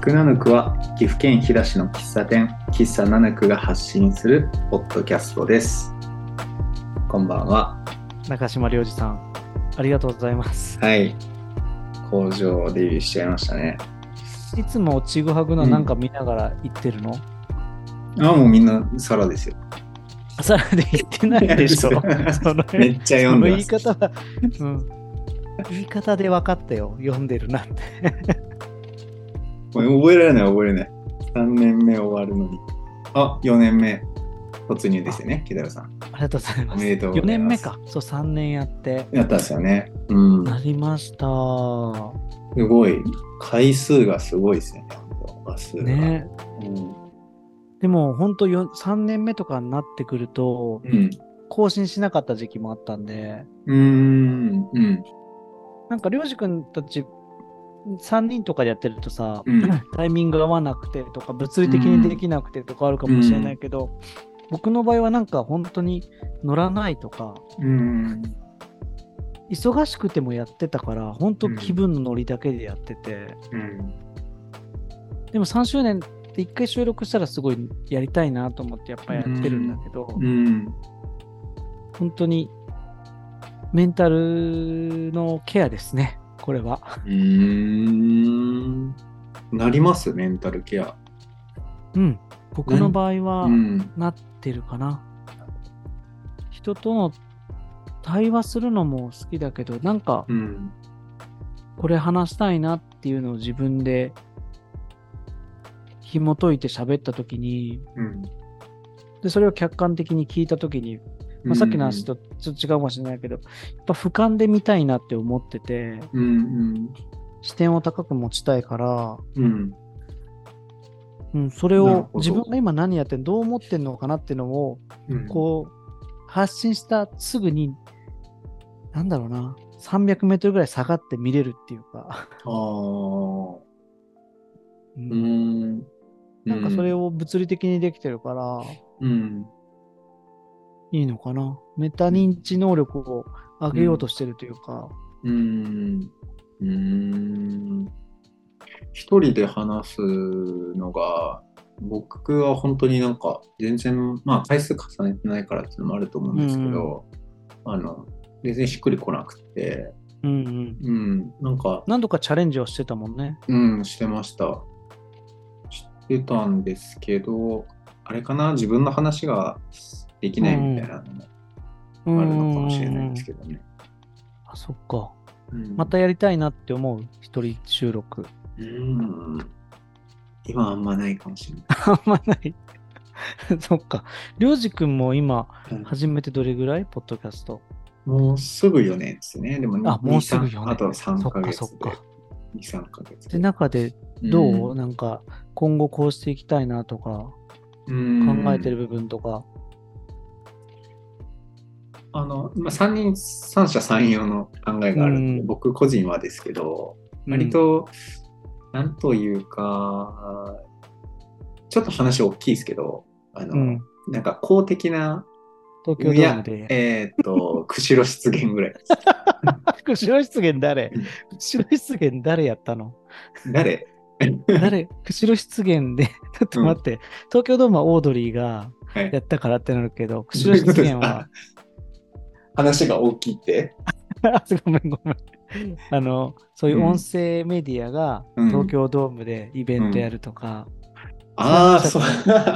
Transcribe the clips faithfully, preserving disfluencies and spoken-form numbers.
クナヌクは岐阜県飛騨市の喫茶店喫茶ナヌクが発信するポッドキャストです。こんばんは。 中島良二さん、ありがとうございます。 はい、工場デビューしちゃいましたね。 いつもちぐはぐななんか見ながら行ってるの？ うん、あ、もうみんな皿ですよ。 皿で言ってないでしょ。そのめっちゃ読んでます。 その言い方は、うん、言い方で分かったよ、読んでるなって。 覚えられない覚えられない。さんねんめ終わるのに。あ、よねんめ突入ですよね、木田さん。 ありがとうございます。 おめでとうございます。 よねんめか。そう、さんねんやって。 やったんですよね。うん。 なりました。 すごい。回数がすごいですよね。話数が。 ね。 うん、 でも、本当さんねんめとかになってくると、うん、更新しなかった時期もあったんで。 うーん。うん。 なんか、りょうじくんたち、さんにんとかでやってるとさ、 うん、 タイミング合わなくてとか物理的にできなくてとかあるかもしれないけど、うん、僕の場合はなんか本当に乗らないとか、うん、忙しくてもやってたから本当気分の乗りだけでやってて、うん、でもさんしゅうねんっていっかい収録したらすごいやりたいなと思ってやっぱやってるんだけど、うんうん、本当にメンタルのケアですね。これは。 うーん。なりますメンタルケア。 うん。僕の場合は、なってるかな。うん、人との対話するのも好きだけど、なんか、うん、これ話したいなっていうのを自分で紐解いて喋ったときに、うん、で、それを客観的に聞いたときに、まあ、さっきの話とちょっと違うかもしれないけど、やっぱ俯瞰で見たいなって思ってて、うんうん、視点を高く持ちたいから、うんうん、それを自分が今何やってんどう思ってんのかなっていうのを、うん、こう発信したすぐになんだろうなさんびゃくメートルぐらい下がって見れるっていうかあ、うん、うんなんかそれを物理的にできてるから、うん、いいのかな。メタ認知能力を上げようとしてるというか、うん、 うん、うん一人で話すのが僕は本当になんか全然まあ回数重ねてないからっていうのもあると思うんですけど、うん、あの全然しっくりこなくて、うんうんうん、なんか何度かチャレンジをしてたもんね。 うんしてました。してたんですけどあれかな自分の話ができないみたいなのもあるのかもしれないんですけどね。 あ、そっか、うん。またやりたいなって思う一人収録。 うん、今あんまないかもしれない。 あんまない。そっか。りょうじくんも今、初めてどれぐらい、うん、ポッドキャスト。 もうすぐよねんですね。でもあ、もうすぐよねん。 あとさんかげつで。 そっかそっか。 に、さんかげつで。で、中でどう、うん、なんか、今後こうしていきたいなとか、考えてる部分とか。 あの、まあ、さんにん三者三様の考えがあるので、うん、僕個人はですけど、割と、うん、なんというか、ちょっと話大きいですけど、あの、うん、なんか公的な、 東京ドームで。 えー、っと、釧路湿原ぐらいです。 釧路湿原誰釧路湿原誰やったの誰誰釧路湿原で、ちょっと待って、うん、東京ドームはオードリーがやったからってなるけど、はい、釧路湿原は。 話が大きいってごめんごめん。あの、そういう音声メディアが東京ドームでイベントやるとか。 うんうん、ああ、そう、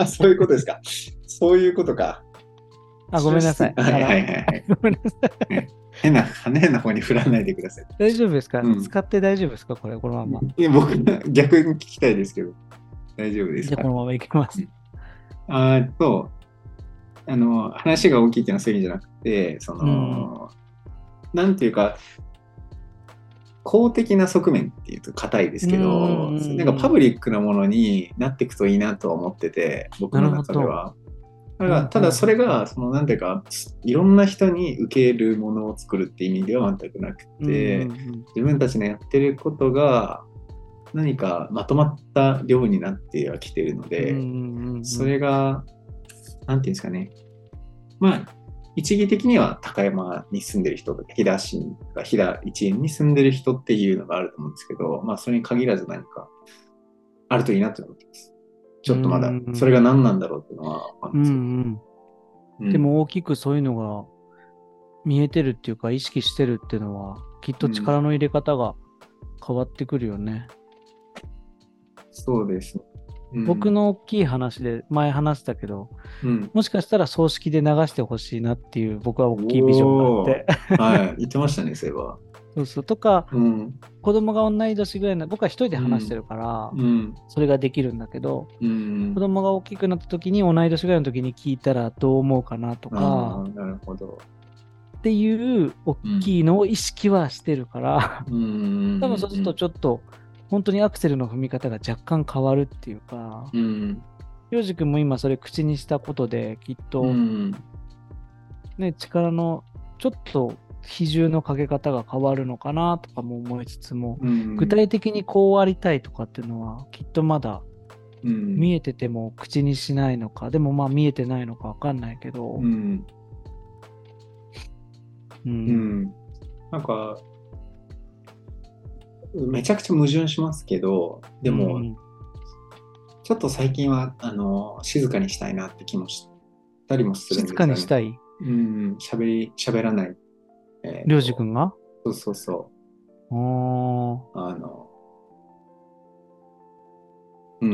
そういうことですか。そういうことか。 あ、ごめんなさい。 はいはいはいはい。ごめんなさい。変な、変な方に振らないでください。 大丈夫ですか、うん、使って大丈夫ですかこれ、このまま。 いや、僕、逆に聞きたいですけど。大丈夫ですか。 じゃあ、このままいきます。うん、 あーと、あの、話が大きいっていうのはそういうんじゃなくて、その、うん、なんていうか、公的な側面っていうと硬いですけど、なんかパブリックなものになっていくといいなと思ってて、僕の中では。だからただそれが、そのなんていうか、いろんな人に受けるものを作るっていう意味では全くなくて、自分たちのやってることが何かまとまった量になってはきてるので、それが、なんていうんですかね。まあ、一義的には高山に住んでる人とか飛騨市が飛騨一円に住んでる人っていうのがあると思うんですけど、まあそれに限らず何かあるといいなと思ってます。ちょっとまだ、それが何なんだろうっていうのはわかんないですけど。うんうん、でも大きくそういうのが見えてるっていうか、意識してるっていうのは、きっと力の入れ方が変わってくるよね。 うん、そうですね。 うん、僕の大きい話で前話したけど、うん、もしかしたら葬式で流してほしいなっていう僕は大きいビジョンがあって。 はい、言ってましたね、そういえば。 そうそう。とか、うん、子供が同い年ぐらいの、僕は一人で話してるから、うん、それができるんだけど、うん、子供が大きくなった時に同い年ぐらいの時に聞いたらどう思うかなとか、 なるほど。 っていう大きいのを意識はしてるから、うん、多分そうするとちょっと本当にアクセルの踏み方が若干変わるっていうか、うん、洋二君も今それ口にしたことできっと、うん、ね、力のちょっと比重のかけ方が変わるのかなとかも思いつつも、うん、具体的にこうありたいとかっていうのはきっとまだ見えてても口にしないのか、でもまあ見えてないのか分かんないけど、うんうんうん、なんかめちゃくちゃ矛盾しますけど、でも、うん、ちょっと最近はあの静かにしたいなって気もしたりもするんですよね。 静かにしたい。 うん、喋り喋らない。 りょうじくんが？ そうそうそう。あの、うん、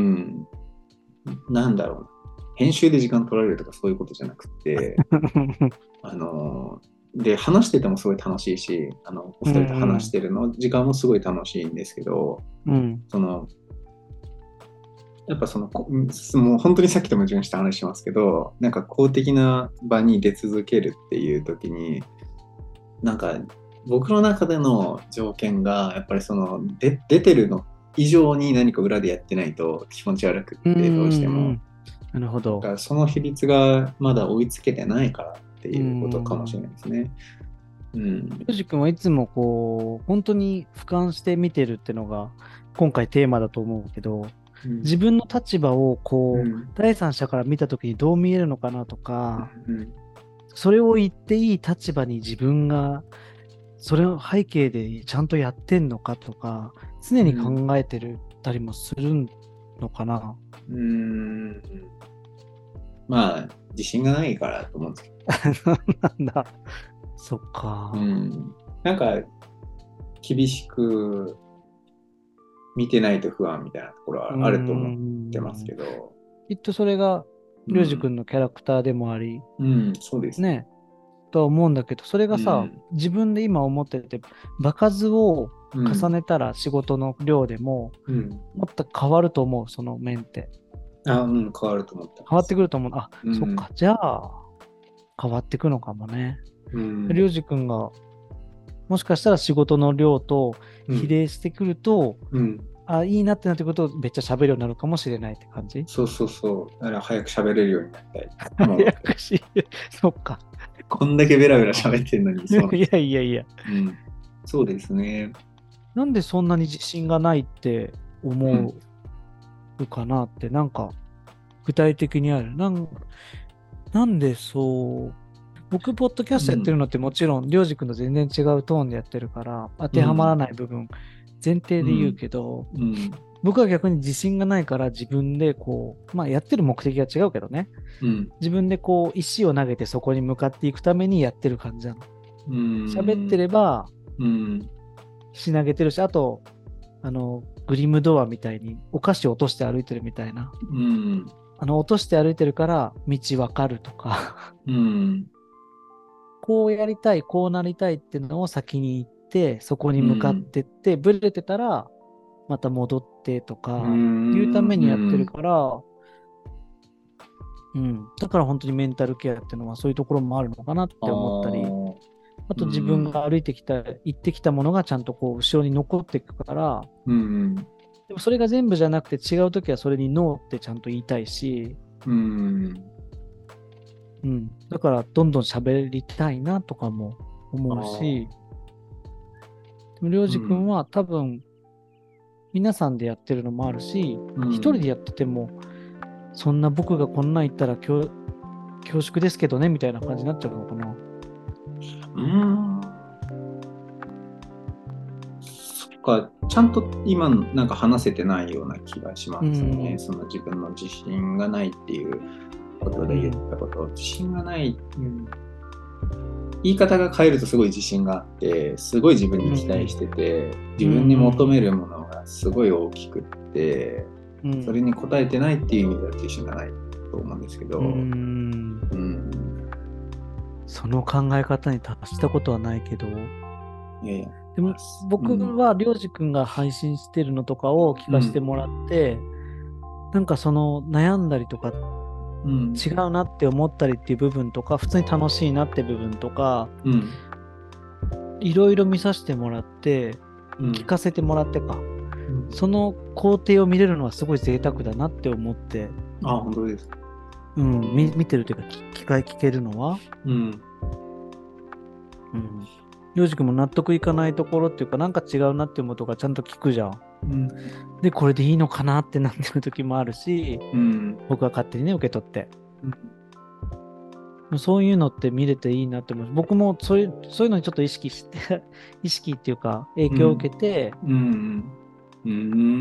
なんだろうな。編集で時間取られるとかそういうことじゃなくて、あの、で、話しててもすごい楽しいし、あの、お二人と話してるの、うん、時間もすごい楽しいんですけど、うん、その、やっぱその、もう本当にさっきと矛盾した話しますけど、なんか公的な場に出続けるっていう時に、なんか僕の中での条件が、やっぱりその、で出てるの以上に何か裏でやってないと気持ち悪くって、どうしても。 なるほど。 だからその比率がまだ追いつけてないからっていうことかもしれないですね。 うん。りょうじくんはいつもこう、本当に俯瞰して見てるっていうのが、今回テーマだと思うけど、うん、自分の立場をこう、うん、第三者から見たときにどう見えるのかなとか、うん、それを言っていい立場に自分が、それを背景でちゃんとやってんのかとか、常に考えてるたりもするのかな。 うん、うんまあ、自信がないからと思うんですけど。なんだ。そっか。 うん。なんか、厳しく見てないと不安みたいなところはあると思ってますけど。 きっとそれが、りょうじくんのキャラクターでもあり。 うん、うん、そうですね。とは思うんだけど、それがさ、うん、自分で今思ってて、場数を重ねたら仕事の量でも、うん、もっと変わると思う、その面って。 あ、うん、変わると思ってます。 変わってくると思う。あ、うん、そっか。じゃあ、変わってくのかもね。りょうじくんが、もしかしたら仕事の量と比例してくると、うんうん、あ、いいなってなってくると、めっちゃ喋るようになるかもしれないって感じ？ そうそうそう。だから早く喋れるようになりたい。 早くし、そっか。 こんだけベラベラ喋ってるのに。 そういやいやいや、 うん。そうですね。 なんでそんなに自信がないって思うかなって、うん、なんか具体的にある。なん、なんでそう、僕、ポッドキャストやってるのってもちろん、りょうじくんと全然違うトーンでやってるから、当てはまらない部分、前提で言うけど、うんうん、僕は逆に自信がないから自分でこう、まあやってる目的が違うけどね、うん、自分でこう石を投げてそこに向かっていくためにやってる感じなの。喋、うん、ってれば、うん、石投げてるし、あと、あの、グリムドアみたいにお菓子を落として歩いてるみたいな。うん、あの、落として歩いてるから道わかるとか、うん、こうやりたい、こうなりたいっていうのを先に言って、そこに向かってって、うん、ブレてたら、また戻ってとか、いうためにやってるから、うん。だから本当にメンタルケアっていうのはそういうところもあるのかなって思ったり、あと自分が歩いてきた、行ってきたものがちゃんとこう後ろに残っていくから、うん、でもそれが全部じゃなくて違うときはそれにノーってちゃんと言いたいし、うんうん、だからどんどん喋りたいなとかも思うし、でもりょうじくんは多分皆さんでやってるのもあるし、うん、一人でやっててもそんな僕がこんなん言ったら恐縮ですけどねみたいな感じになっちゃうのかな。 うん。 かちゃんと今なんか話せてないような気がしますね、 うん、 その自分の自信がないっていうことで言ったこと、うん、自信がない、うん、言い方が変えるとすごい自信があってすごい自分に期待してて、うん、自分に求めるものがすごい大きくって、うん、それに応えてないっていう意味では自信がないと思うんですけど、うん、うん、 その考え方に達したことはないけど、 いやいやでも僕はりょうじくんが配信してるのとかを聞かせてもらって、うん、なんかその悩んだりとか、うん、違うなって思ったりっていう部分とか普通に楽しいなって部分とか、うん、いろいろ見させてもらって、うん、聞かせてもらってか、うん、その工程を見れるのはすごい贅沢だなって思って、 あ、本当ですか。 うん、見, 見てるというか聞か聞けるのは、うん、うん、りょうじくんも納得いかないところっていうか、なんか違うなって思うとかちゃんと聞くじゃん。うん、で、これでいいのかなってなってる時もあるし、うん、僕は勝手にね、受け取って。うん、そういうのって見れていいなって思う。僕もそういう、そういうのにちょっと意識して、意識っていうか、影響を受けて、うんうん、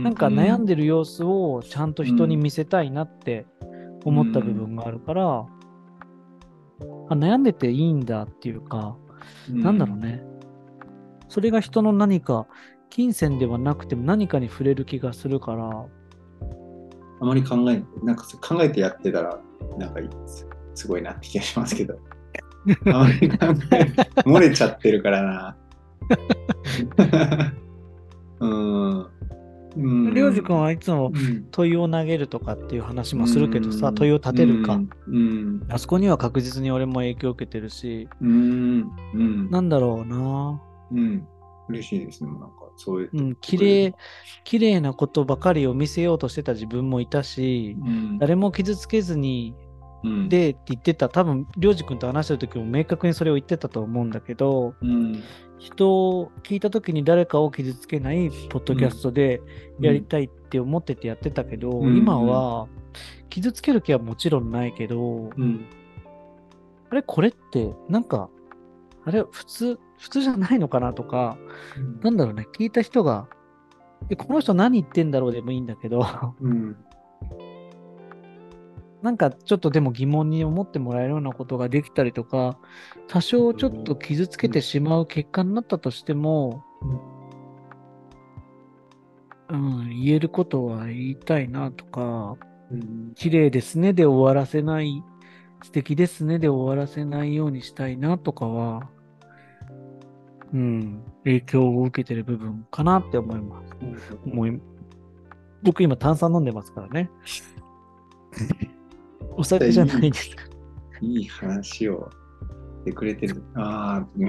なんか悩んでる様子をちゃんと人に見せたいなって思った部分があるから、あ、悩んでていいんだっていうか、なんだろうね。それが人の何か、金銭ではなくても何かに触れる気がするから。 あまり考え、なんか考えてやってたら、なんかいいですすごいなって気がしますけど。あまり考え、漏れちゃってるからな。うん。 りょうじくんはいつも問いを投げるとかっていう話もするけどさ、問いを立てるか。うんうん、あそこには確実に俺も影響を受けてるし、うんうん、なんだろうな。 うん、嬉しいですね。なんかそういう。 うん、綺麗、綺麗なことばかりを見せようとしてた自分もいたし、うん、誰も傷つけずに、でって言ってた、多分、りょうじくんと話してる時も明確にそれを言ってたと思うんだけど、うん、人を聞いた時に誰かを傷つけないポッドキャストでやりたいって思っててやってたけど、うん、今は傷つける気はもちろんないけど、うん、あれこれってなんか、あれ普通、普通じゃないのかなとか、うん、なんだろうね、聞いた人が、え、この人何言ってんだろうでもいいんだけど、うんなんかちょっとでも疑問に思ってもらえるようなことができたりとか、多少ちょっと傷つけてしまう結果になったとしても、うん、言えることは言いたいなとか、うん、綺麗ですねで終わらせない、素敵ですねで終わらせないようにしたいなとかは、うん、影響を受けてる部分かなって思います。うん、思い僕今炭酸飲んでますからね。お酒じゃないですか。 いい話をしてくれてる。ああ、うん、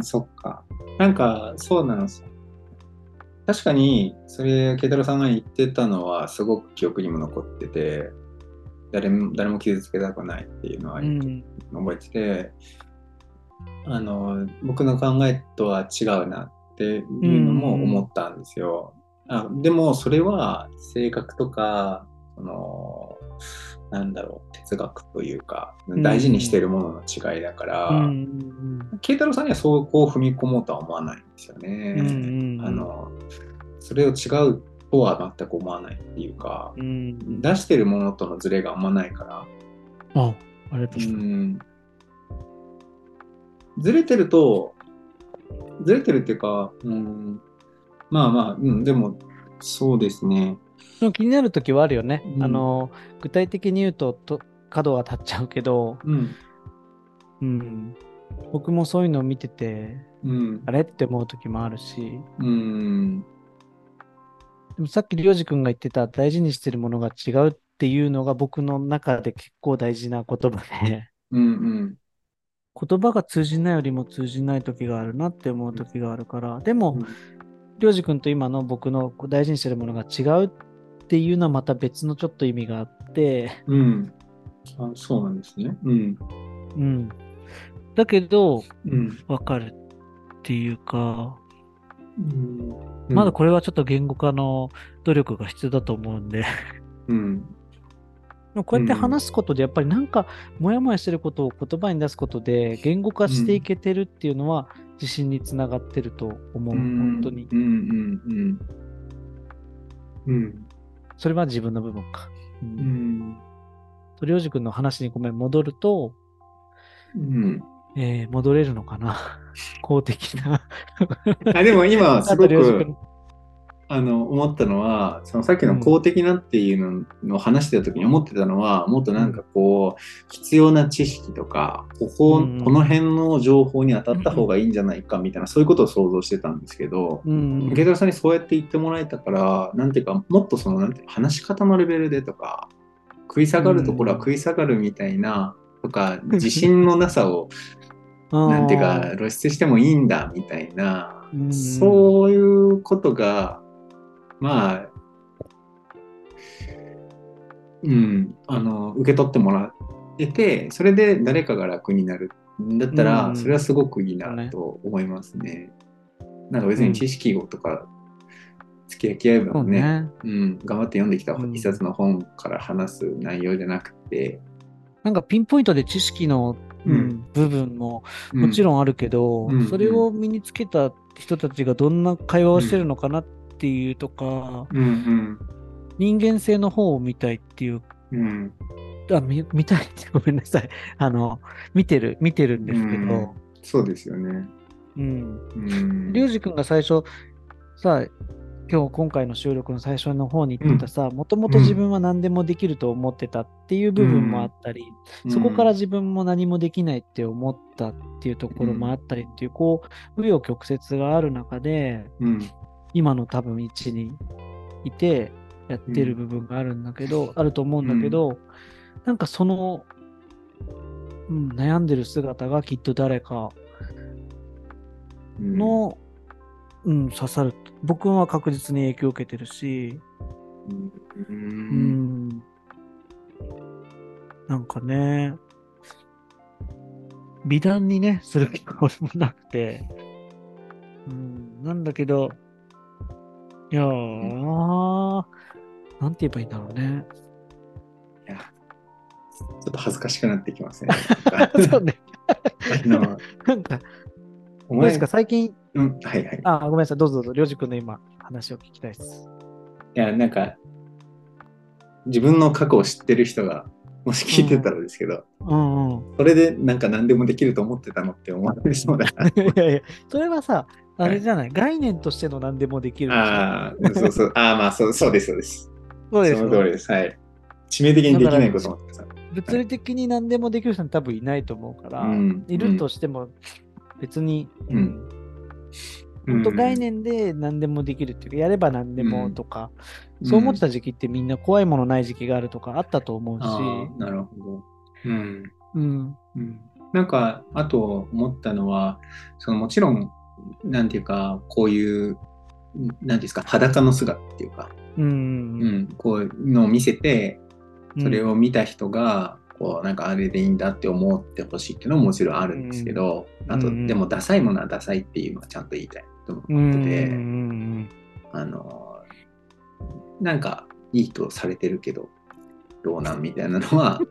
そっか。なんか、そうなんですよ。確かに、それ、慶太郎さんが言ってたのは、すごく記憶にも残ってて、誰も、誰も傷つけたくないっていうのは、覚えてて、うん、あの、僕の考えとは違うなっていうのも思ったんですよ。うん、あでも、それは、性格とか、その、なんだろう、哲学というか、大事にしているものの違いだから、慶太郎さんにはそうこう踏み込もうとは思わないんですよね。うんうんうん、あのそれを違うとは全く思わないっていうか、うん、出してるものとのズレがあんまないから。 あ、ありがとうございます。うん、 ずれてると、ずれてるっていうか、うん、まあまあ、うん、でも、そうですね。 でも気になるときはあるよね。うん、あの、具体的に言うと、と角は立っちゃうけど、うん。うん、僕もそういうのを見てて、うん、あれって思うときもあるし、うん。でもさっきりょうじくんが言ってた大事にしてるものが違うっていうのが僕の中で結構大事な言葉で、うんうん、言葉が通じないよりも通じないときがあるなって思うときがあるから、でも、りょうじくんと今の僕の大事にしてるものが違うっていうのはまた別のちょっと意味があって、 うん、あそうなんですね。うん。 うん。だけど、うん、わかるっていうか、うんうん、まだこれはちょっと言語化の努力が必要だと思うんで、うん。 こうやって話すことで、やっぱりなんか、もやもやしてることを言葉に出すことで、言語化していけてるっていうのは、自信につながってると思う、 うん本当に。 うんうんうんうん。 それは自分の部分か。ううんん。 とりょうじくんの話にごめん、戻ると、 うん。 えー戻れるのかな公的なあ、でも今すあとごくりょうじくん。 あの思ったのは、そのさっきのうん。 公的なっていうのを話してた時に思ってたのは、もっとなんかうん。 こう必要な知識とか、ここ、こうん。 の辺の情報に当たった方うん。 がいいんじゃないかみたいな、そういうことを想像してたんですけど、 うん。 池田さんにそうやって言ってもらえたから、なんていうか、もっとそのなんていう話し方のレベルでとか、食い下うがるところは食ん。 い下がるみたいな、とか、自信のなさをあなんていうかあ。 露出してもいいんだみたいな、 うん。 そういうことがまあ、うん、あの受け取ってもらえて、それで誰かが楽になるんだっうたら、それはん。 すごくいいなそうね。 と思いますね。なんか別うん。 に知識とか付き合えばね、 そうね。 うん、頑張って読んできたうん。 一冊の本から話す内容じゃなくて、 なんかピンポイントで知識の、ううん、 ん、部分ももちうん、 ろんあるけうん、 ど、それうん、 を身につけた人たちがどんな会話をしてるうん、 のかなっていうとか、 うん、 人間性の方を見たいっていう、 うん、 あ、見、見たいってごめんなさい。あの、見てる、見てるんでうすけど、 ん、そうですよね。 うん。 うん、 りょうじくんが最初、さ、今日今回の収録の最初の方に言ってたうん、 さ、もともと自うん、 分は何でもできると思ってたっていうう部分もあん、 ったり、 うそこからん、 自分も何もできないって思ったっていうところもあうん、 ったりっていう、こう、紆余曲折がある中で、 うん、 今の多分位置にいてやっうん、 てる部分があるんだけど、あると思うんうん、 だけど、なんかその、うん、悩んでる姿がきっと誰かうん、 の、うん、刺さる。僕は確実に影響を受けてるし、 ううん、 ん、なんかね、美談にね、する気が俺もなくて、うん、なんだけど、いやー、なんて言えばいいんだろうね。 いや、ちょっと恥ずかしくなってきますね。なんかそうね。 あの、 なんか、 お前、 どうですか最近、 うん、はいはい。いあ、ごめんなさい、どうぞどうぞ、りょうじくんの今、話を聞きたいです。 や、なんか、自分の過去を知ってる人が、もし聞いてたうん、 らですけど、 うんうん。 それでなんか何でもできると思ってたのって思われそうだな。 いやいや、それはさ、あはい。 れじゃない、概念としての何でもできるでしょ。 ああ、そうそう。ああ、まあ、そう、そうです、そうです。そそうでしょ。 の通りです。はい。致命的にだから、 できないことち思ってた。は物理い。 的に何でもできる人は多分いないと思うから、 うん、 いるとうん、 しても別に、ううん、 ん、 う本当概ん、 念で何でもできるっていうか、やれば何でうん、 もとか、 うん。 そう思ってた時期ってみんな怖いものない時期があるとかあったと思うし、 ああ、なるほど。うん。 うん、 うん、なんか、あと思ったのは、そのもちろん、なんていうか、こういう、なんていうんですか、裸の姿っていうか、 うん、 うん、こういうのを見せて、それうん、 を見た人が、こう、なんかあれでいいんだって思ってほしいっていうのももちろんあるんですけうん、 ど、 うあと、でん、 もダサいものはダサいっていうのはちゃんと言いたいと思うん、 ってて、 うん、 あの、なんか、いいとされてるけど、どうなんみたいなのは、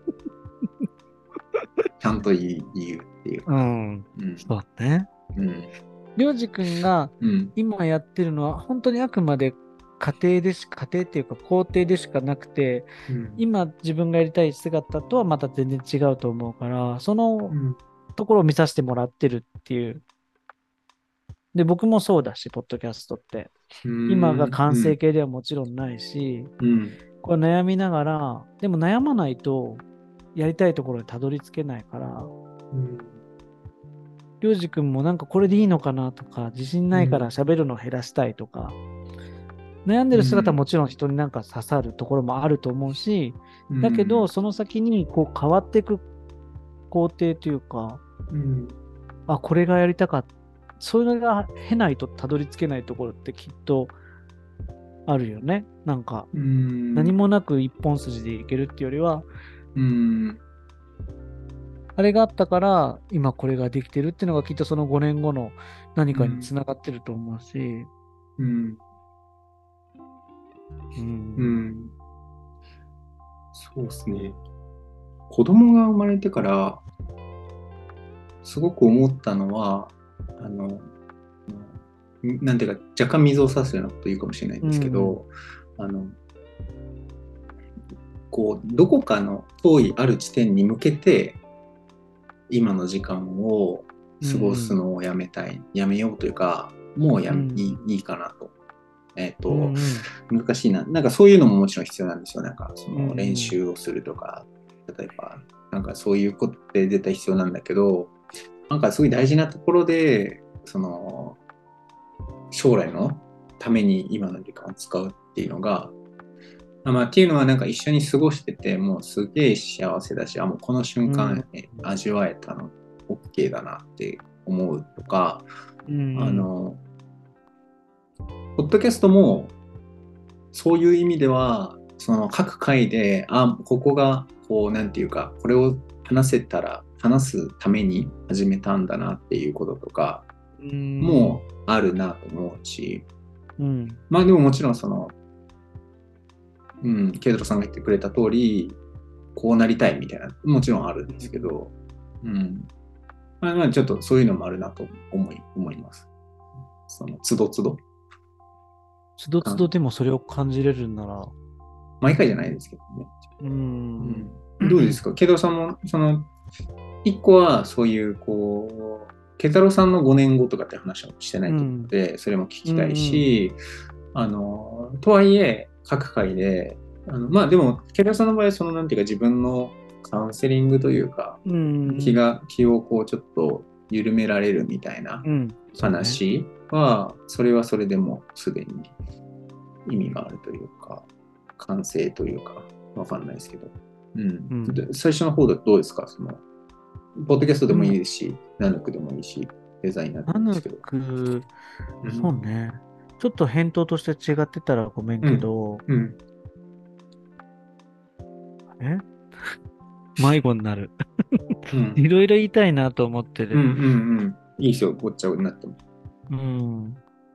ちゃんと言うっていうか、 うん、 うん、 そうね。 うん、 りょうじくんがうん、 今やってるのは本当にあくまで家庭でし、家庭っていうか工程でしかなくて、 うん、 今自分がやりたい姿とはまた全然違うと思うから、そのうん、 ところを見させてもらってるっていう。で、僕もそうだし、ポッドキャストって。 う今がん、 完成うん、 形ではもちろんないし、 うん、 これ悩みながら、でも悩まないとやりたいところにたどり着けないから、 うん、 りょうじくんもなんかこれでいいのかなとか、自信ないから喋るの減らしたいとか、悩んでる姿はもちろん人になんか刺さるところもあると思うし、 うだけど、 ん、 その先にこう変わっていく工程というか、 うん、 あ、これがやりたかった。それが経ないとたどり着けないところってきっとあるよね。なんか、 うん、 何もなく一本筋でいけるっていうよりは、 うん、 あれがあったから、今これができてるっていうのがきっとそのごねんごの何かにつながってると思うし、 うん、 うん。 うん。 そうですね。子供が生まれてから、すごく思ったのは、あの、なんていうか、若干水を差すようなこと言うかもしれないんですけど、うん、あの、こう、どこかの遠いある地点に向けて、今の時間を過ごすのをやめたい、うん、やめようというか、もうやめ、うん、いい、いいかなと。えっ、ー、と、うんうん、難しいな。なんかそういうのももちろん必要なんですよ。なんかその練習をするとか、うんうん、例えば、なんかそういうことって絶対必要なんだけど、なんかすごい大事なところで、その、将来のために今の時間を使うっていうのが、まあ、っていうのはなんか一緒に過ごしてて、もうすげえ幸せだし、あ、もうこの瞬間、うん、味わえたの OK だなって思うとか、うん、あの、ポッドキャストもそういう意味では、その各回で、あ、ここがこう、なんていうか、これを話せたら、話すために始めたんだなっていうこととか、もあるなと思うし、うん、まあでももちろんその、うん、ケイドロさんが言ってくれた通り、こうなりたいみたいな、もちろんあるんですけど、うん。まあ、まあちょっとそういうのもあるなと思い、思います。その、つどつど。 つどつどでもそれを感じれるんなら。 毎回じゃないですけどね。うん。うん、どうですかケイドロさんも、その、一個はそういう、こう、ケイタロウさんのごねんごとかって話はしてないと思うので、うん、それも聞きたいし、うんうん、あの、とはいえ、各回で、あのまあでも、ケイタロウさんの場合、その、なんていうか、自分のカウンセリングというか、うん、気が、気をこう、ちょっと緩められるみたいな話は、うん、それはそれでもすでに意味があるというか、完成というか、わかんないですけど、うん。うん、最初の方だとどうですかそのポッドキャストでもいいですし、ナヌクでもいいし、デザイナーでもいいですけど。ナヌク、そうね。ちょっと返答として違ってたらごめんけど、うんうん、え迷子になる。いろいろ言いたいなと思ってる。 うんうんうん。いいですよ、ごっちゃになっても。 うん。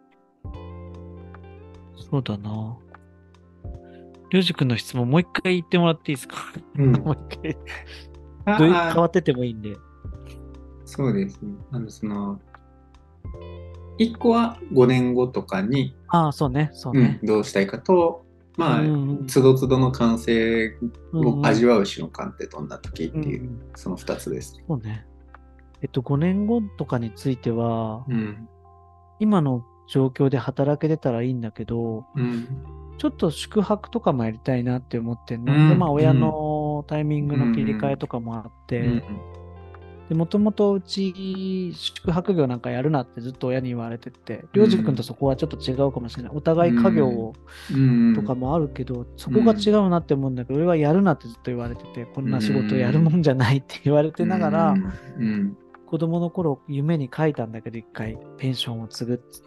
そうだな。りょうじくんの質問もう一回言ってもらっていいですか、うん、もう一回。どういう変わっててもいいんで。 そうですね。あの、その、いっこはごねんごとかに、 ああ、そうね、そうね、 うん。どうしたいかと、まあ、つどつどの完成を味わう瞬間ってどんな時っていう、うんうん、そのふたつです。 そうね。えっと、ごねんごとかについては、うん、今の状況で働けてたらいいんだけど、うん、ちょっと宿泊とかもやりたいなって思ってんの。うん、で、まあ、親のタイミングの切り替えとかもあって、うんうん、で、もともとうち宿泊業なんかやるなってずっと親に言われてて、りょうじくんとそこはちょっと違うかもしれない。お互い家業をとかもあるけど、そこが違うなって思うんだけど、俺はやるなってずっと言われてて、こんな仕事やるもんじゃないって言われてながら、子供の頃夢に書いたんだけど、一回ペンションを継ぐっつって、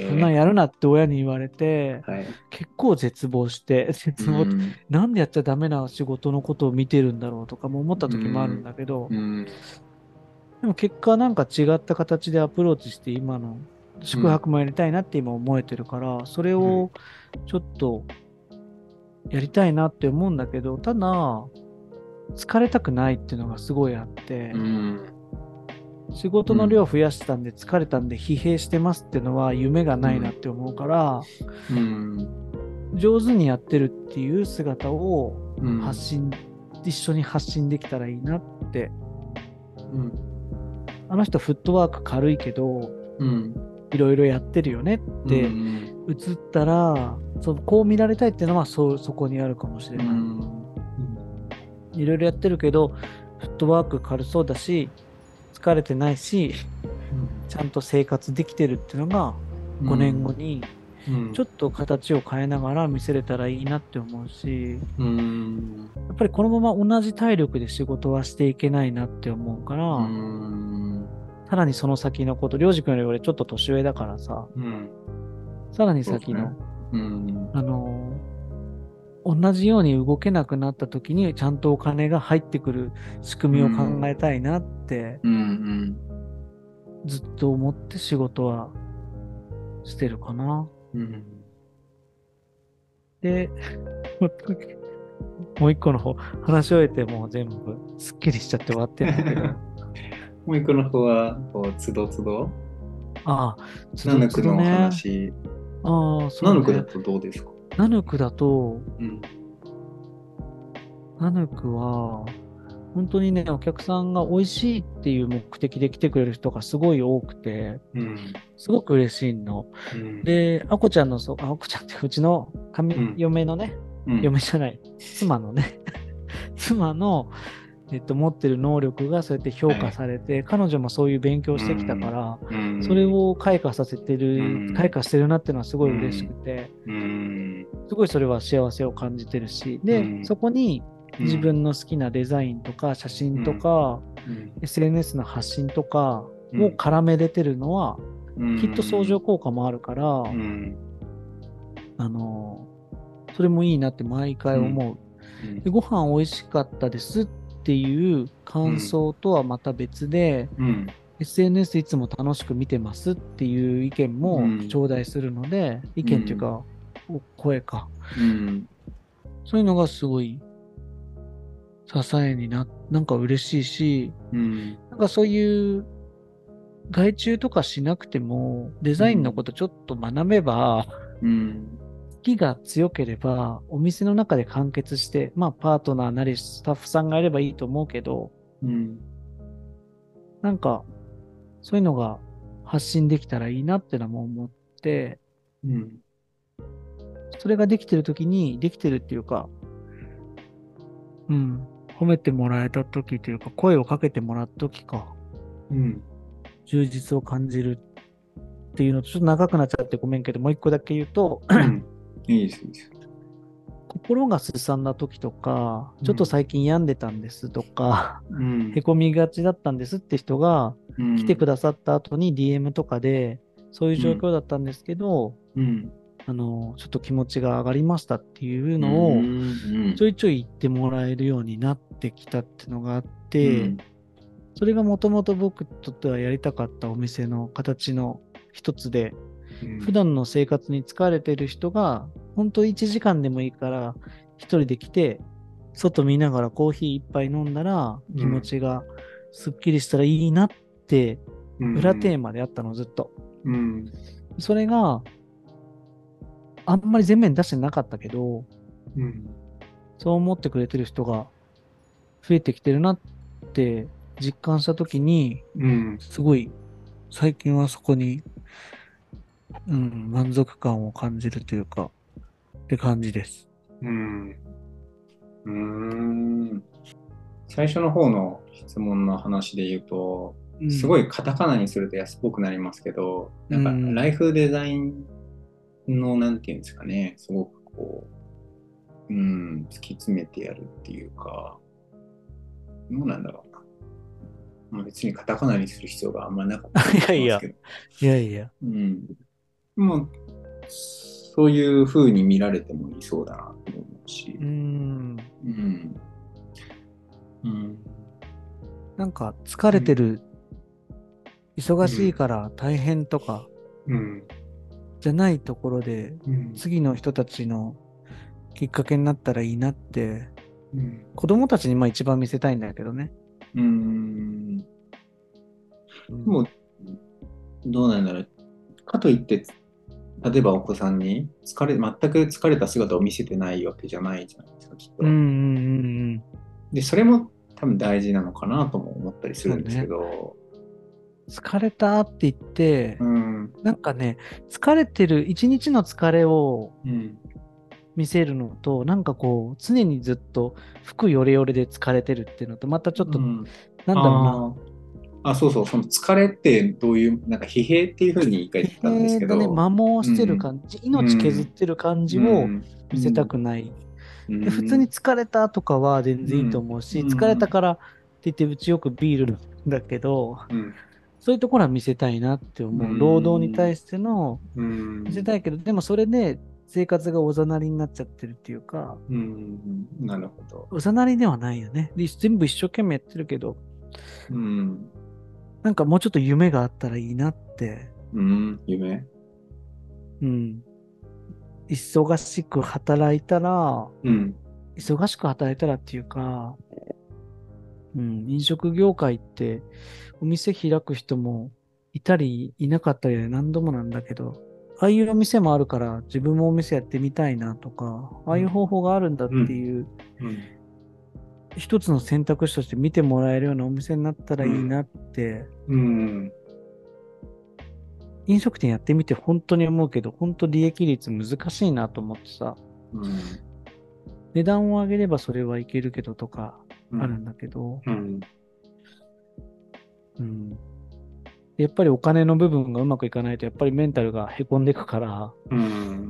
そんなんやるなって親に言われて、はい、結構絶望して、絶望、なんでやっちゃダメな仕事のことを見てるんだろうとかも思った時もあるんだけど、でも結果なんか違った形でアプローチして今の宿泊もやりたいなって今思えてるから、うん、それをちょっとやりたいなって思うんだけど、ただ疲れたくないっていうのがすごいあって、うん、仕事の量増やしたんで疲れたんで疲弊してますっていうのは夢がないなって思うから、うん、上手にやってるっていう姿を発信、うん、一緒に発信できたらいいなって、うんあの人フットワーク軽いけど、うん、いろいろやってるよねって映ったら、うん、そこう見られたいっていうのは そ, そこにあるかもしれない。いろいろやってるけど、フットワーク軽そうだし、疲れてないし、うん、ちゃんと生活できてるっていうのがごねんごにちょっと形を変えながら見せれたらいいなって思うし、うん、やっぱりこのまま同じ体力で仕事はしていけないなって思うから、うんさらにその先のこと、りょうじくんより俺ちょっと年上だからさ、うん、さらに先の、ねうん、あのー、同じように動けなくなった時にちゃんとお金が入ってくる仕組みを考えたいなって、うん、ずっと思って仕事はしてるかな。うん、で、 もう一個の方、話し終えてもう全部すっきりしちゃって終わってんだけど。 もう一個の方は、こう、つどつど、 ああ、つナどつどヌクのね。 話、 ああ、そうね。 ナヌクだとどうですか？ ナヌクだと、 うん。 ナヌクは、本当にね、お客さんが美味しいっていう目的で来てくれる人がすごい多くて、 うん。 すごく嬉しいの。 うん。 で、あこちゃんの、そう、ああこちゃんってうちの神、 うん。 嫁のね、 うん。 嫁じゃない、妻のね、妻の、えっと、持ってる能力がそうやって評価はい。 されて、彼女もそういう勉強うしてきたかん。 ら、 うそれん。 を開花させてうる、開ん。 花してるなっていうのはすごうい嬉しくん。 て、 うん。 すごいそれは幸せを感じてるし、で、 うん。 そこにうん。 自分の好きなデザインとか写真とうん。 か、 うん。 エスエヌエス の発信とかをうん。 絡めれてるのは、 うきっと相乗ん。 効果もあるから、 うん。 あの、それもいいなって毎回うん。 思う。 うん。 で、ご飯美味しかったですっていう感うん。 想とはまた別で、 うん。 エスエヌエス いつも楽しく見てますっていう意見もうん。 頂戴するので、意うん。 見っていうか、お声か。 うん。 そういうのがすごい支えにな、なんか嬉しいし、 うん。 なんかそういう外注とかしなくても、デザインのことちょっと学べば、 うん。 好きが強ければ、お店の中で完結して、まあパートナーなりスタッフさんがいればいいと思うけど、 うん。 なんかそういうのが発信できたらいいなってのも思って、 うん。 それができてるときに、できてるっていうか、うん、褒めてもらえたときというか、声をかけてもらったときか、 うん。 充実を感じるっていうのと、ちょっと長くなっちゃってごめんけど、もう一個だけ言うと、 うん。いいです、いいです。 心がすさんだ時とか、ちょっとうん。 最近病んでたんですとか、 うん。 へこみがちだったんですって人がうん。 来てくださった後に ディーエム とかで、そういううん。 状況だったんですけど、 うん。 あの、ちょっと気持ちが上がりましたっていううのをん。 ちょいちょい言ってもらえるようになってきたっていうのがあって、 うん。 それがもともと僕にとってはやりたかったお店の形の一つで、普うん。 段の生活に疲れてる人が、本当いちじかんでもいいから、一人で来て、外見ながらコーヒー一杯飲んだら気持うん。 ちがすっきりしたらいいなって、 う裏テん。 ーマであったの、ずっと。 うん。 それがあんまり前面に出してなかったけど、 うん。 そう思ってくれてる人が増えてきてるなって実感したときに、 うん。 すごい最近はそこに、うん、満足感を感じるというか、って感じです。 うん。うん。最初の方の質問の話で言うと、 うん、 すごいカタカナにすると安っぽくなりますけど、 うなんかライん、 フデザインの、なんていうんですかね、すごくこう、うん、突き詰めてやるっていうか、どうなんだろうな。まあ、別にカタカナにする必要があんまなかったりいもやいや、 しますけど、 いやいや、 うん。もう、そういう風に見られてもいいそうだなと思うし、 うん、 うん。うん。 なんか疲うん。 れてる、忙しいうん。 から大変とかうん。 じゃないところで、 うん。 次の人たちのきっかけになったらいいなって、 うん。 子供たちにまあ一番見せたいんだけどね。 うん。 うん、 もう、どうなんだろう。かといって、例えばお子さんに疲れ、全く疲れた姿を見せてないわけじゃないじゃないですか、きっうん、うと。 ん、うん。 で、それも多分大事なのかなとも思ったりするんですけそうね。 ど、 疲れたって言って、 うん。 なんかね、疲れてる、一日の疲れをうん。 見せるのと、なんかこう、常にずっと服ヨレヨレで疲れてるっていうのと、またちょっと、 うん。 なんだろうな、 ああ、あ、そうそう、その疲れってどういう、なんか疲弊っていうふうに言い換え疲てたんです弊だね、 けど、 摩耗してるうん。 感じ、 う命削っん。 てる感じうをん。う見せたん。 くない。 うで、普通にん。 疲れたとかは全然いいとうん。 思うし、疲れたうん。 からって言って、うちよくビールなんだけど、 うん。 そういうところは見せたいなってう思う。労働にん。 対してのうん。 見せたいけど、でもそれで生活がおざなりになっちゃってるっていうか、 うん。なるほど。 おざなりではないよね。で全部一生懸命やってるけど、 うん。 なんかもうちょっと夢があったらいいなって、 うん。夢。 うん。忙しく働いたら、 うん。 忙しく働いたらっていうか、うん、飲食業界ってお店開く人もいたりいなかったりで何度もなんだけど、ああいうお店もあるから自分もお店やってみたいなとか、ああいう方法があるんだっうん。 ていううん。 一つの選択肢として見てもらえるようなお店になったらいいなって、 うん。 飲食店やってみて本当に思うけど、本当利益率難しいなと思ってさ、 うん。 値段を上げればそれはいけるけどとかうん。 あるんだけど、 うん。 うん。やっぱりお金の部分がうまくいかないと、やっぱりメンタルがへこんでいくからっうん。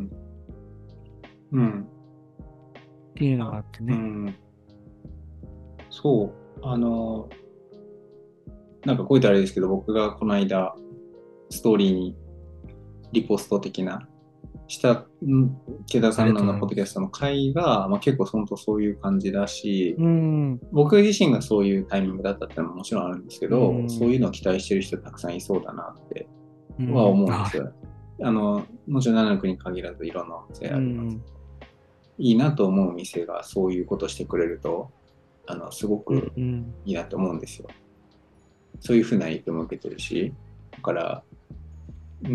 うん。 ていうのがあってね。 うん。そう。あの、なんかこう言ったらあれですけど、僕がこの間、ストーリーにリポスト的なした、池田さありがんのとうございます。 ポッドキャストの回が、まあ、結構本当そういう感じだし、 うん、 僕自身がそういうタイミングだったっていうのももちろんあるんですけうど、そうん、 いうのを期待してる人たくさんいそうだなってはうん、あれ、 思うんですよ。あの、もちろんななくに限らずいろんなお店うあります。 ん、 いいなと思う店がそういうことしてくれると、あの、すごうん、 くうん、 いいなと思うんですよ。そういうふうな影響も受けてるし、だから、うん、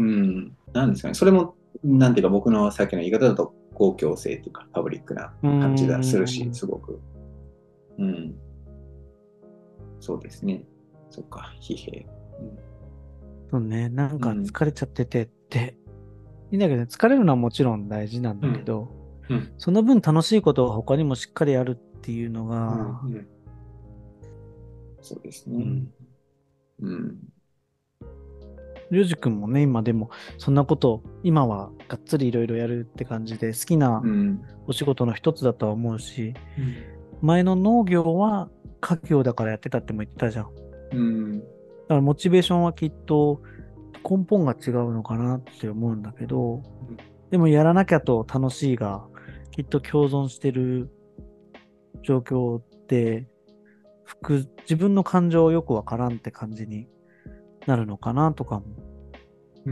なんですかね、それも、なんていうか僕のさっきの言い方だと公共性っていうかパブリックなう感じがするし、 ん、 すごく。うん、そうですね。そっか、疲弊。 そうね、なんうん、 か疲れちゃっててって、いいんだけどね、疲れるのはもちろん大事なんうん、 だけど、 うん、 その分楽しいことが他にもしっかりあるっていうのうん、 が、 うん、そうですね。 うん、 うん、 りょうじくんもね、今でも、そんなこと、今はがっつりいろいろやるって感じで、好きなうん、 お仕事の一つだとは思うし、 うん、 前の農業は家業だからやってたっても言ってたじゃん。だうん、 からモチベーションはきっと根本が違うのかなって思うんだけど、でもやらなきゃと楽しいがきっと共存してる状況で、複自分の感情よくわからんって感じになるのかなとかも。 うん、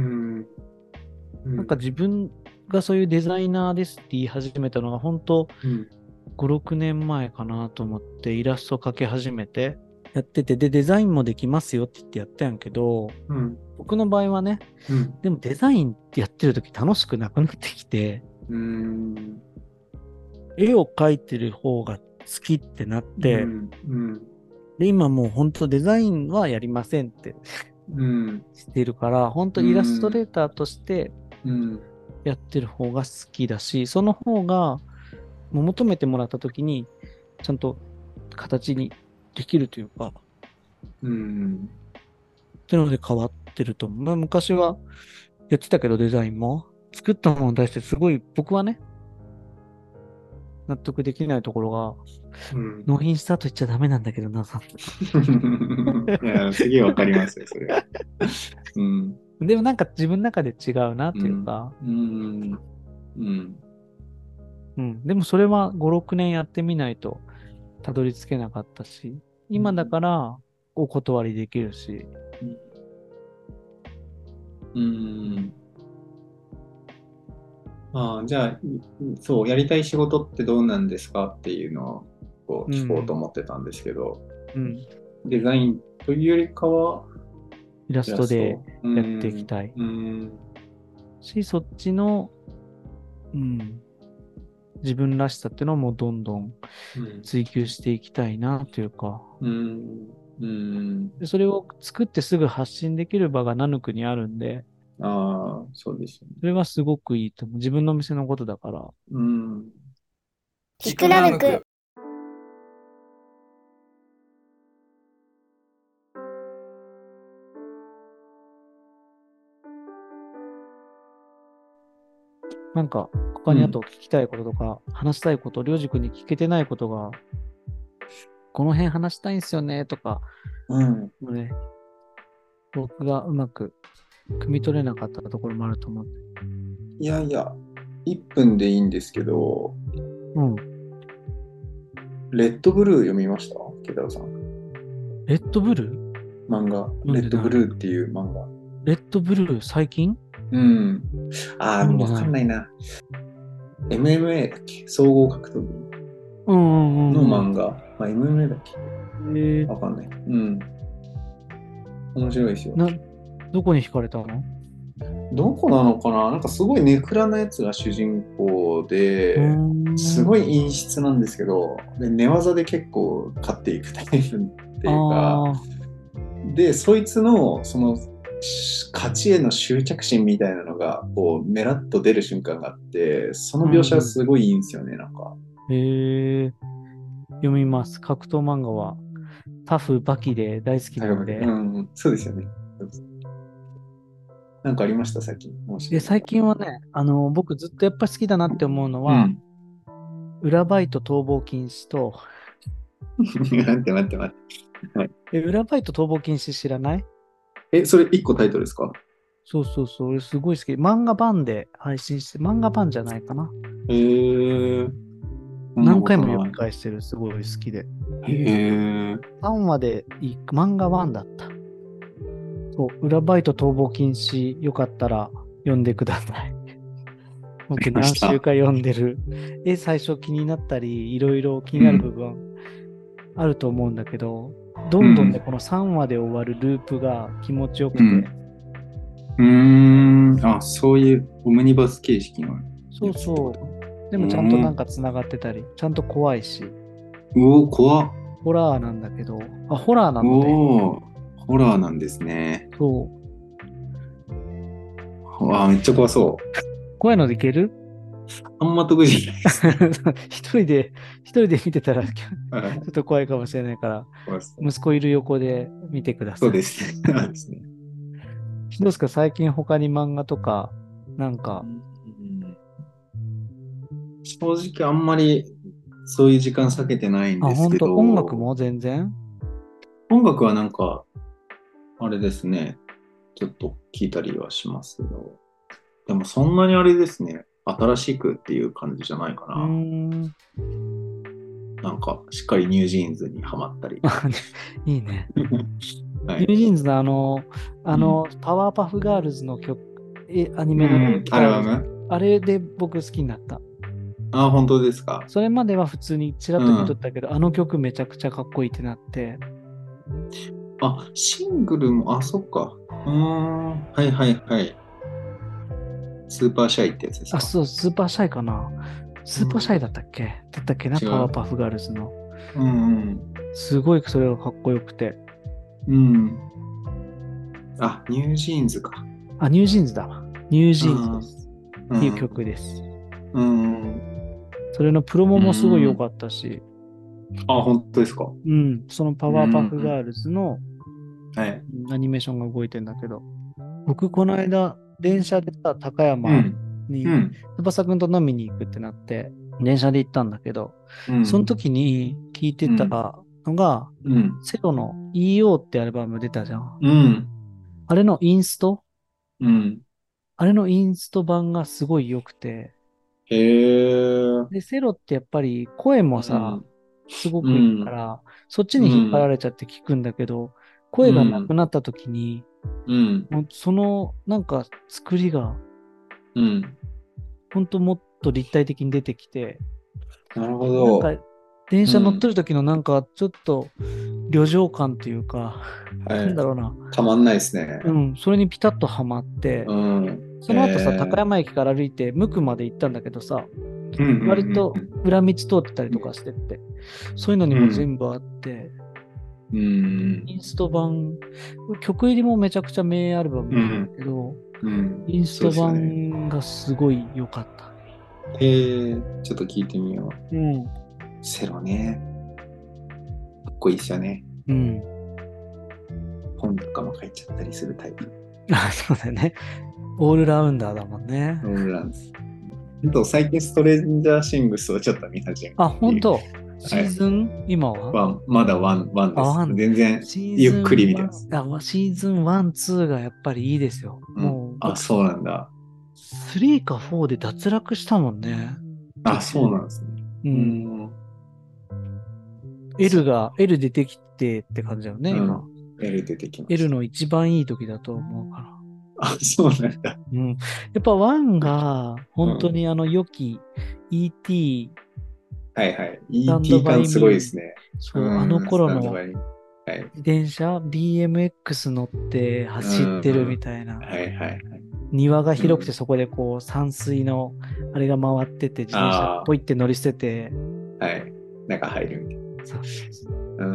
うん、 なんか自分がそういうデザイナーですって言い始めたのが本当うん、 ご、ろくねんまえかなと思ってイラスト描き始めてやってて、で、デザインもできますよって言ってやったんやけど、 うん、 僕の場合はね、 うん、 でもデザインってやってる時楽しくなくなってきて、 うん、 絵を描いてる方が好きってなって、 うん、うん、 で、今もう本当デザインはやりませんってうん、 してるから、本当うイラストん、 レーターとしてうん、 やってる方が好きだし、その方がもう求めてもらった時にちゃんと形にできるというか、 うん、 っていうので変わってると思う。まあ昔はやってたけどデザインも作ったものに対してすごい僕はね、納得できないところが、 うん。 納品したと言っちゃダメなんだけどな。 いや、すげえわかりますよ、それ。うん、 でもなんか自分の中で違うなうん、 というか、 うん、うん、 うん。でもそれはご、ろくねんやってみないとたどり着けなかったし、今だからお断りできるし、 うん。ああ、じゃあ、そう、やりたい仕事ってどうなんですかっていうのをこう聞こうとうん。 思ってたんですけど、 うん。 デザインというよりかは、 イライストでラスト。うやっていきん、 たいうん、 し、そっちの、うん、自分らしさっていうのをもうどんどんうん、 追求していきたいなというか、 うん、うん。 でそれを作ってすぐ発信できる場がナヌクにあるんで、 ああ、そうですよね。 それはすごくいいと思う。自分の店のことだから。 うん。 キクラルク。 なんか、他にあうん。 と聞きたいこととか、話したいこと、りょうじくんに聞けてないことが、この辺話したいんすよね、とか、 うん。 もうね、僕がうまく汲み取れなかったところもあると思う。 いやいや、いっぷんでいいんですけど、 うん。 レッドブルー読みましたケタロさん。 レッドブルー漫画。レッド読んでない。 ブルーっていう漫画。 レッドブルー最近うん。ああ、でもわ読んでない。 かんないな。エムエムエー だっけ総合格闘技。 うんうんうん。 の漫画。まあ、エムエムエー だっけえー、 わかんない。うん。面白いですよ。 な、どこに惹かれたの？ どこなのかななんかすごいネクラなやつが主人公うーで、すごん。 い陰湿なんですけど、で寝技で結構勝っていくタイプってあいうか、 あ、 で、そいつのそのし勝ちへの執着心みたいなのがこうメラッと出る瞬間があって、その描写がうん。 すごいいいんですよね、なんか。 へえ、読みます。格闘漫画はタフ、バキで大好きなので。 うん、そうですよね。なんかありました、最近。面白で、 いの。 最近はね、あの、僕ずっとやっぱ好きだなって思うのは、 うん。 裏バイト逃亡禁止と、 待って待って待って。はい、 え、裏バイト逃亡禁止知らない？ え、それ一個タイトルですか？ そうそうそう、俺すごい好き。漫画版で配信して、漫画版じゃないかな。 へえ、そんな何回も読ことなみ返してる、すごい好きで。 い。へえ、 さんわでいい、漫画版だった。そう、裏バイト逃亡禁止、よかったら読んでください。 あり僕ました。 何週か読んでる。え、最初気になったり、いろいろ気になる部うん。 分あると思うんだけど、どんどんね、 うん。 このさんわで終わるループが気持ちよくて、 うん。うーん。あ、そういうオムニバス形式のそうやつってこと？ そう。でうもちゃんとーん。 なんかつながってたり、ちゃんと怖いし、 うお、怖っ。 ホラーなんだけど、あ、ホラーなので、 おお、ホラーなんですね。 そう。 わあ、めっちゃ怖そ怖いのでいける？ う。あんま得意じゃないですね。 一人で、一人で見てたらちはい。 ょっと怖いかもしれないから、 怖そう。 息子いる横で見てくだそうさい。 ですね。そうですね。 どうですか最近他に漫画とか、なんか、 うん、正直あんまりそういう時間避けてないんあ、 ですけ本当音楽ど、 も全然？ 音楽はなんか、あれですね、ちょっと聞いたりはしますけど、でもそんなにあれですね、新しくっていう感じじゃないかうーな。 ん。 なんか、しっかりニュージーンズにはまったり。 いいね。 はい。 ニュージーンズのあの、あうん。 の、パワーパフガールズの曲、え、アニメのうん、アル歌あるじゃん。 バム。 あれで僕好きになった。 あ、本当ですか。 それまでは普通にちらっと聞いとっうん。 たけど、あの曲めちゃくちゃかっこいいってなって、 あ、シングルも、あ、そっか。うーん。はいはいはい。スーパーシャイってやつですあ、 か。 そう、スーパーシャイかな。スーパーシャイだったっけだったっけな、 違う。 パワーパフガールズの。 うんすごいそれがかっこよくて。 うん。うん。あ、ニュージーンズか。 あ、ニュージーンズだわ。ニュージーンズでうん。 す。っていううん。 曲です。 うん。 それのプロモうもすごい良ん。 かったし、 あ、本当ですか。 うん、そのパうワーパフガん。 ールズのはい。 うんアニメーションが動いてんだけど、僕この間、電車でさ、高山うん。うにん。 翼くんと飲みに行くってなって、電車で行ったんだけど、そのうん。 時に聞いてたうん。 のが、 うん。 セロの イーオー ってアルバム出たじゃん。 うん。 あれのインストうん。 あれのインスト版がすごい良くて、 へえ。 で、セロってやっぱり声もさ、 うん。 すごくいいかうん。 ら、そっちに引っ張らうん。 れちゃって聞くんだけど、声がなくうん。 なった時に、 うん。 もうそのなんか作りが、 うん。 ほんともっと立体的に出てきて、 なるほなんかど。 電車乗ってうん。 る時のなんかちょっと旅情感というか、 はなんい。 だろうな、 たまんないですね。 うん、それにピタッとはまって、 うん。 その後さ、高へえ。 山駅から歩いて、無垢まで行ったんだけどさ、 うん。うん。 割と裏道通ってたりとかしてって、そういうのにもうん。 全部あって、 うん。 インスト版、曲入りもめちゃくちゃ名アルバムなんだうん。 けど、 うん。 インストそうですよね。 版がすごい良かった。 へえ。ちょっと聞いてみようん。 う。セロね。かっこいいですよね。 うん。 本とかも書いちゃったりするタイプ。 あ、そうだよね。オールラウンダーだもんね。 ロールランス。あと最近ストレンジャーシングスをちょっと見始めあ、 っていう。 本当シはい。 ーズン今は？ ワン、まだワン、ワンあ、 です。 ワン。 全然シーズゆっくりンワン、 見てます。 あ、シーズンワン、ツーがやっぱりいいですよ。 うん。 もう、 あ、 僕、 そうなんだ。 スリーかフォーで脱落したもんね。途あ、そう中で。 なんですね。ううん。 ん。そ L が、L 出てきてって感じだよね、 う。う今。 ん。L 出てきまし L た。 の一番いい時だと思うから。 あ、そうなんだ。 うん。やっぱワンが、本当うん。 にあの良き イーティーはいはい。 スタンドイーティーバイミー感すごいですね。 そう、 うんあの頃スタンドのバイミーはい。 自転車 ビーエムエックス 乗ってう走ってるみん。 たいな。 はいはいはい。 庭が広くてうん。 そこでこう散水のあれが回ってて自転車あポイって乗り捨てて、 あ、はい。中入るみたいそうそうそう。 な。うん。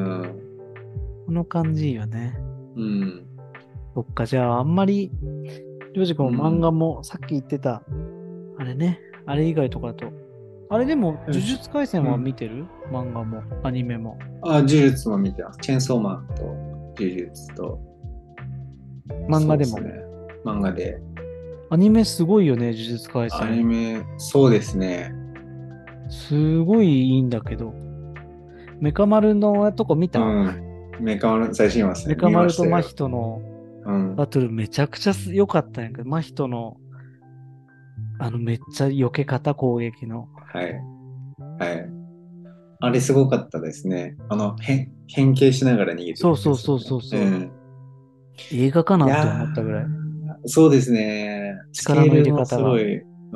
この感じいいよね。 うん。 そっか、じゃああんまり、りょうじくんも漫画うん。 もさっき言ってた、あれね、あれ以外とかだと、あれでも呪術廻戦は見うん。 てる漫画も、アニメも。 あ、呪術も見てます。チェンソーマンと呪術と、 漫画でも。 そうですね。漫画で。 アニメすごいよね、呪術廻アニ戦。 メ、そうですね。 すごいいいんだけど。メカ丸のとこ見うた、 ん。メカの最新話ですね。 メカ見ま丸と真したよ。 人のうん。 バトルめちゃくちゃ良かったんやけど、真人の、あのめっちゃ避け方攻撃の。 はい。はい。あれすごかったですね。あの、変、変形しながら逃げてそうるやそうそうつですね。 そうそう。 うん。 映画かいやなって思ったぐらい。 ー、そうですね。ス力の入ケールもれ方が。 すごい。うん。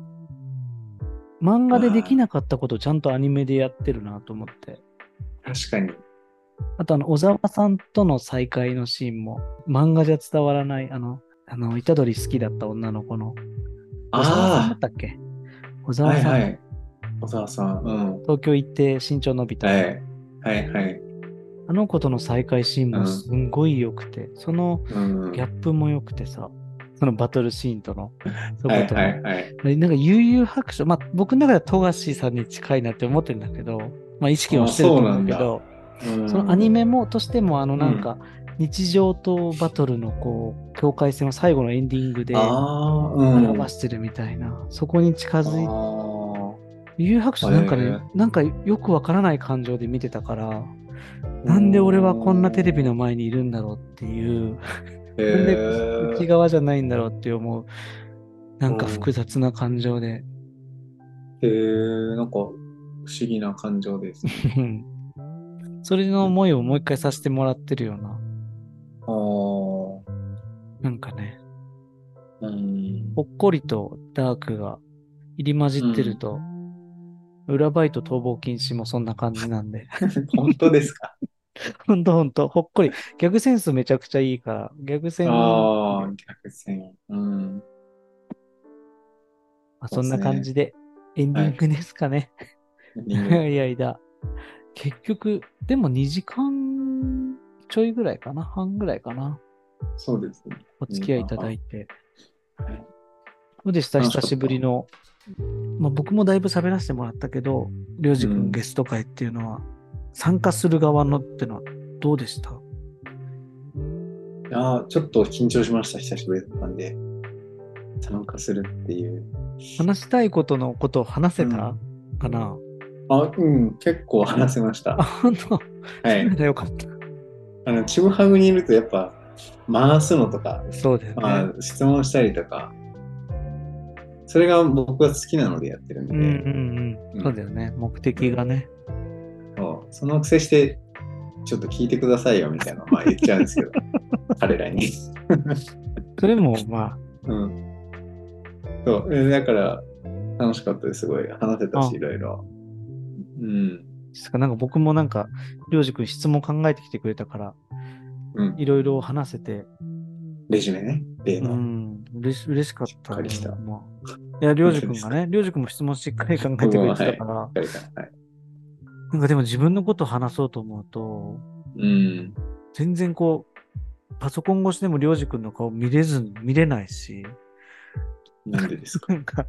漫画でできあなかったことをちゃんとアニメでやってるなと思って。 ー確かに。 あとあの、小沢さんとの再会のシーンも、漫画じゃ伝わらない、あの、あの、虎杖好きだった女の子の、小沢さんだっあたっけ小あ、 沢さんのはいはい。小沢さん。うん。 東京行って身長伸びた。 はい。はいはい。 あの子との再会シーンもすうん。 んごい良くて、そのうん。 ギャップも良くてさ、そのバトルシーンとの、そはいことの。 はいはい。 なんか悠々白書、まあ僕の中では富樫さんに近いなって思ってるんだけど、まあ意識もあ、そうしてるとなんだ。 思うけど、 うそのアニん。 メもとしてもあのうん。 なんか日常とバトルのこう境界線を最後のエンディングあであ、うん。 表してるみたいな、そこに近づいて、 あ悠々白あ、 書なんかね、 ええなんかよくわからない感情で見てたから、 うなんで俺はこんなテレビん。 の前にいるんだろうっていう、 えなんで内え側じゃないんだろうって思う、なんかうん。 複雑な感情で。 ええなんか不思議な感情ですね。 それのうん。 思いをもう一回させてもらってるような。 ああ、 なんかね、 うん。 ほっこりとダークが入り混じってるうん。 と、裏バイト逃亡禁止もそんな感じなんで。 本当ですか？ ほんとほんと、ほっこり。ギャグセンスめちゃくちゃいいから、ギャグセンで、 ああ、逆線。うん。 まあ、 そうそんな感ですね。 じでエンデはい。 ィングですかね。 エンディング。 長い間。結局、でもにじかんちょいぐらいかな。半ぐらいかな。 そうですね。 お付 2 き合いいただ時間半。 いて。 はいどうでした久し楽しかった。 ぶりの。まあ、僕もだいぶ喋らせてもらったけど、りょうじくんうん。 ゲスト会っていうのは、参加する側のってのはどうでした？ いやーちょっと緊張しました。久しぶりだったんで。参加するっていう。 話したいことのことを話せたうん。 かな？ あ、うん。結構話せましあ、 た。 本当。それなはい。 らよかった。 あの、ちぐはぐにいるとやっぱ、回すのとか、 そうだよね。 まあ、質問したりとか、それが僕が好きなのでやってるんうんうで、 んうん。そううん。 だよね。目的がうん。 ね。 そうそのくせして、ちょっと聞いてくださいよみたいなのはまあ言っちゃうんですけど、彼らに。 それも、まうん。そう。えだから、楽しかったです。すごい。話せたあ、 し、 あ、 いろいろ。うん。 ですか。なんか僕もなんか、りょうじくん質問考えてきてくれたから、 うん。 いろいろ話せて、 レジュメね。例うの。 ん、嬉し、嬉しかっしったね。 かりした。 まあ、いや、りょう本当ですか？ じくんがね、りょうじくんも質問しっかり考え僕も、 てくれてはい。したから、 っかりか。はい。 なんかでも自分のことを話そうと思うと、 うん。 全然こう、パソコン越しでもりょうじくんの顔見れず、見れないし、 なんでですか？ なんか、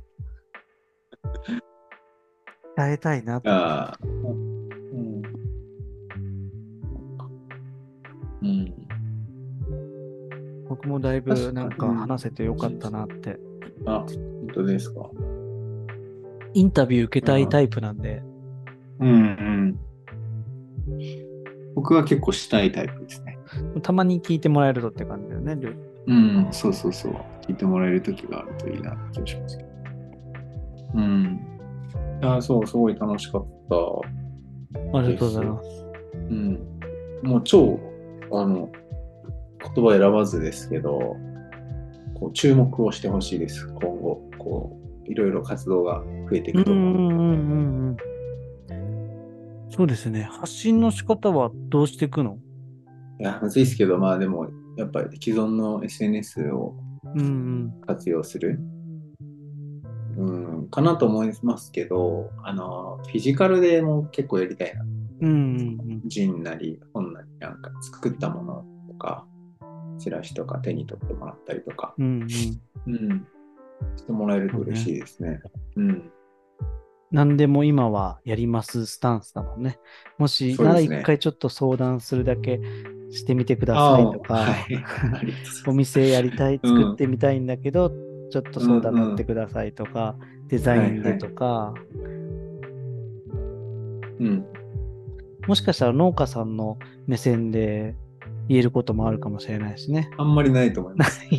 伝えたいなと。 ああ。うん。うん。 僕もだいぶなん確かに。うん。 か話せてよかったなって。 あ、本当ですか？ インタビュー受けたいタイあプなんで、 うんうん。僕は結構したいタイプですね。 たまに聞いてもらえるとって感じだよね、りょううん、そうそうそう。聞いてもらえる時があるといいなって気がしますけど。うん。あ、そう、すごい楽しかったありがとうごです。 ざいます。 うん。もう超、あの、言葉選ばずですけど、こう注目をしてほしいです。今後、こう、いろいろ活動が増えていうんうくと思う。 んうんうんうん。そうですね。発信の仕方はどうしていくの？ いや、むずいですけど、まあでも、やっぱり既存の エスエヌエス をうん活用する、うん、かなと思いますけど、あの、フィジカルでも結構やりたいな。 うん。うんうんジンなり、本なり、なんか作ったものとか、チラシとか手に取ってもらったりとか、 うん。うんうん。 うん、してもらえると嬉しそうね。 いですね。うん、 何でも今はやりますスタンスだもんね。もし、ならそうですね。 一回ちょっと相談するだけしてみてくださいああ、 とか、 はい。ありがとおうございます。 店やりたい、 うん、 作ってみたいんだけど、ちょっとうん、 相談乗ってうん。 くださいとか、デザはい、 インではい。 とか、 うん。 もしかしたら農家さんの目線で言えることもあるかもしれないしね。 あんまりないと思います。 ない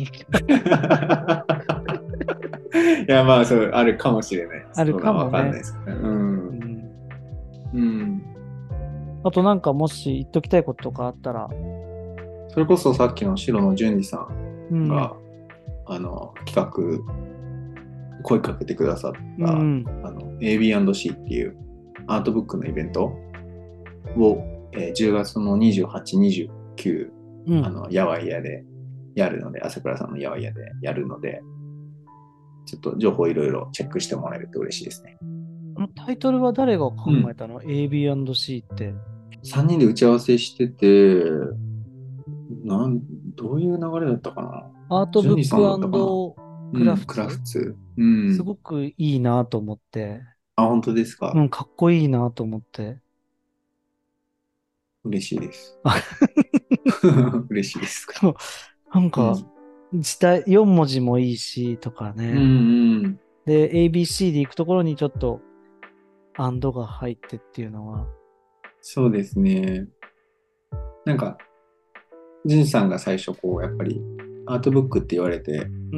いや、まあ、そう、あるかもしれないです。 あるそうだ、わかもね。 かんないですけどね。うん。 うん。 うん。 あとなんかもし言っときたいこととかあったら、 それこそさっきの白野淳二さうんうん。 んが、あの、企画、声かけてくださった、 うんうん。 あの、エービーアンドシー っていうアートブックのイベントを、えーじゅうがつのにじゅうはち、にじゅうく、 うんあの、やわいやでやるので、朝倉さんのやわいやでやるので、ちょっと情報いろいろチェックしてもらえると嬉しいですね。 あのタイトルは誰が考うん。 えたの？ エービーアンドシー って。 さんにんで打ち合わせしてて、なん、どういう流れだったかな。 アートジョニーさブックんだったかな。 クラうん、クラフツ、 フツ。うん。 すごくいいなと思って。 あ、本当ですか。 うん、かっこいいなと思って。 嬉しいです。 あ嬉しいですか。 そうなんうん。 か、字体、よん文字もいいし、とかうんね。 うん。 で、エービーシー で行くところにちょっと、アンドが入ってっていうのは。 そうですね。なんか、ジンさんが最初、こう、やっぱり、アートブックって言われて、 うん。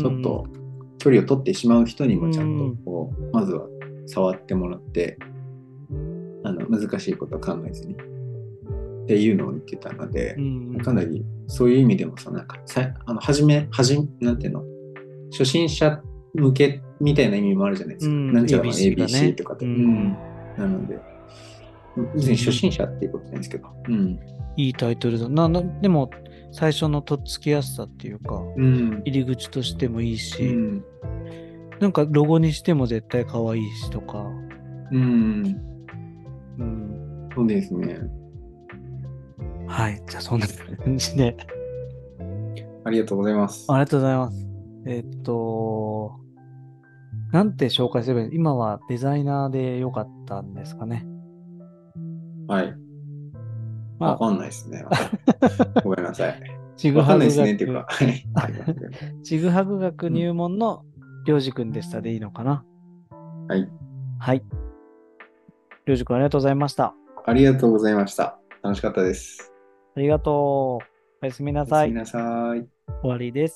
ちょっと距離を取ってしまう人にうもちゃんと、 ん。 こう、まずは触ってもらって、あの、難しいことは考えずにっていうのを言ってたので、 うん。 かなりそういう意味でもさ、なんかさ、あの、はじめ、はじ、なんていうの、初心者向けみたいな意味もあるじゃないですか。 うん。 なんちゃらのエービーシー がエービーシーね。 とかって。 ううん。 ん。 なので、別に初いい、 心者っていうことないんですけど。うん。 いいタイトルだ。な、な、でも、最初のとっつきやすさっていうか、 うん。 入り口としてもいいし、 うん。 なんかロゴにしても絶対可愛いしとか。 うん。 うん。 そうですね。 はい。じゃあそんな感じで。 ありがとうございます。 ありがとうございます。えっと、なんて紹介すればいい？今はデザイナーでよかったんですかね。 はい。わまかんないですね。また。 あ、 ごめんなさい。 ちぐはぐわかんないですね。っていう学、 か、はい。ありますけど。 ちぐはぐ学うん。 入門のりょうじくんでしたでいいのかな。 はい。 はい。りょうじくんありがとうございました。 ありがとうございました。楽しかったです。 ありがとう。おやすみなさい。 おやすみなさい。 終わりです。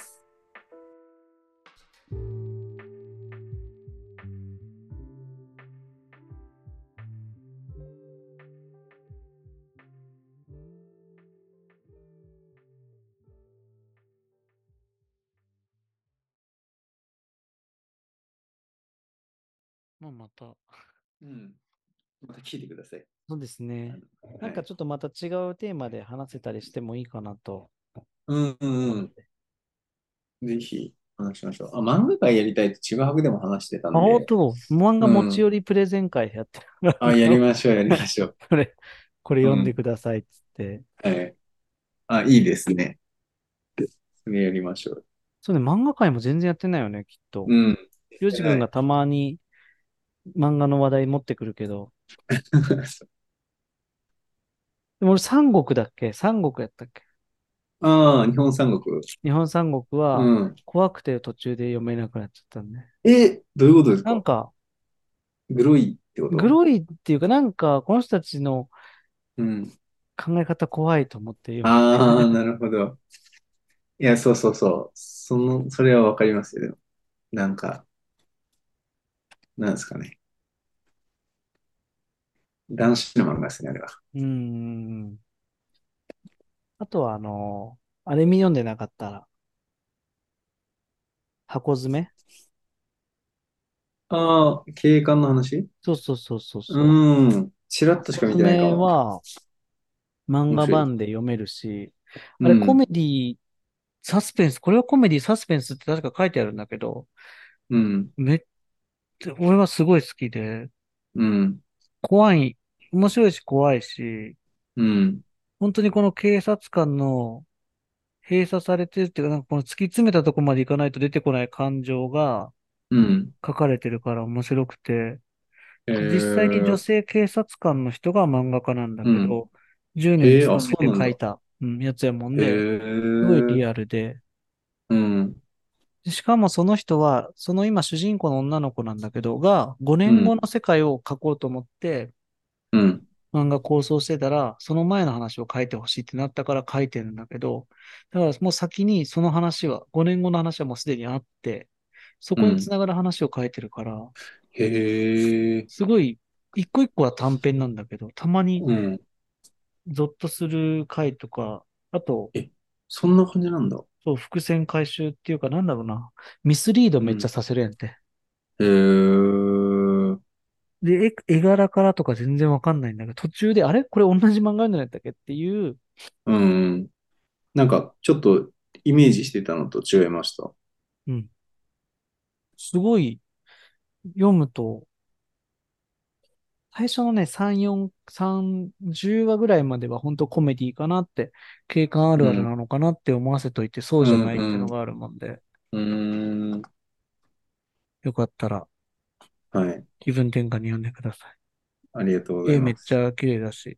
まあ、また。 うん。また聞いてください。 そうですね。 あのはい。 なんかちょっとまた違うテーマで話せたりしてもいいかなとうんうんうん。 思って。 ぜひ話しましょう。あ、漫画界やりたいってちぐはぐでも話してたあ、 んで、 本当漫画うん。 持ち寄りプレゼン会やってるから、 あ、やりましょう、やりましょう。 これ、これ読んでうん。 くださいっつって。 はい。あ、いいですね。それやりましょう。 そうね、漫画界も全然やってないよね、きっと。 うん。 りょうしてない。 じくんがたまに漫画の話題持ってくるけど、でも俺三国だっけ？三国やったっけ？ ああ、日本三国。 日本三国はうん。 怖くて途中で読めなくなっちゃったんで。 え、どういうことですか？ なんか、 グロいってこと？ グロいっていうか、なんか、この人たちのうん。 考え方怖いと思って読めああ、 ない。 なるほど。いや、そうそうそう。その、それはわかりますよ。でもなんか、なんですかね。男子の漫画ですね、あれは。 うーん。あとは、あの、あれ見読んでなかったら、箱詰め。 ああ、警官の話。 そうそうそうそううそう。 ーん。チラッとしかおすすめ見てないかも。 は漫画面白い。 版で読めるし、あれコうん。 メディ、サスペンス、これはコメディ、サスペンスって確か書いてあるんだけど、 うん。 めっちゃ、俺はすごい好きで、 うん。 怖い、面白いし怖いし、 うん。 本当にこの警察官の閉鎖されてるっていうか、なんかこの突き詰めたとこまでいかないと出てこない感情がうん。 書かれてるから面白くて、 えで実際に女ー。 性警察官の人が漫画家なんだうん。 けど、じゅうねんへえ、あ、 勤めてそうなんだ。 書いた、うん、やつやもんへで、すごいえ。 リアルで、 うん。 でしかもその人は、その今主人公の女の子なんだけど、が5 うん。 年後の世界を描こうと思ってうん。 漫画構想してたら、その前の話を書いてほしいってなったから書いてるんだけど、だからもう先にその話は、ごねんごの話はもうすでにあって、そこにつうん。 ながる話を書いてるから、 へえ。 すごい、一個一個は短編なんだけど、たまにうん。 ゾッとする回とか、あと、 え、そんな感じなんだ。 そう、伏線回収っていうか、なんだろうな、ミスリードうん。 めっちゃさせるやんって。 へえ。 で、絵、絵柄からとか全然わかんないんだけど、途中で、あれこれ同じ漫画なんやったっけっていう、 うん。なんか、ちょっとイメージしてたのと違いました。 うん、すごい読むと、最初のね、さん、よん、さん、じゅうわぐらいまでは本当コメディかなって、景観あるあるうん。 なのかなって思わせといて、そううじゃないっていうん。 のがあるもんで、 うん。うーん。 よかったらはい。 気分転換に読んでくださありがとうごい。絵めざいます。 っちゃ綺麗だし、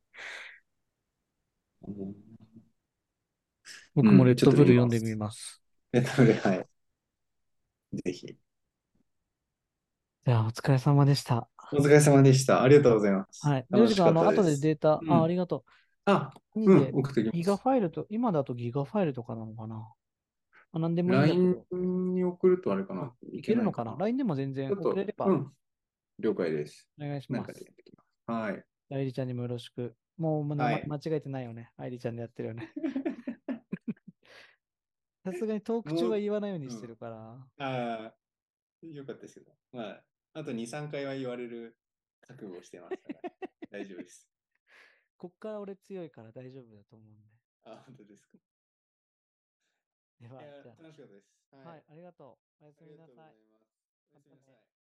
うん。 僕もレッドちょっとブル読んでみ見ます。 ます。 えっとね、はい。ぜひ。 じゃあ、お疲れ様でした。 お疲れ様でした。ありがとうございます。 はい。りょうじくん、あ楽しかっの、後でたです。 データ、あ、あうん。 りがとあ、 う。何うん。 で、 送ってきまギガす。 ファイルと、今だとギガファイルとかなのかな。あ、なんでもいいんだけラインど、 に送るとあれかな。 あ、いいけけるのかな？ ないかな。 ライン でも全然ちょっと、 送れればうん。了解です。 お願いしなんかでやます。 ってきます。はい。 愛理ちゃんにもよろしく。もう名前はい。 間違えてないよね。愛理ちゃんでやってるよね。さすがにトーク中もう、 は言わないようにしてうん。 るから。 ああ、よかったですけど。まあ、あとに、さんかいは言われる覚悟をしてますから。大丈夫です。 こっから俺強いから大丈夫だと思うんで。 あ、本当ですか。 では、 いや、 じゃ楽しかったです。はあ。はい。 い、ありがとう。おやすありがとうござみなさい。 います。おやまたね。 すみなさい。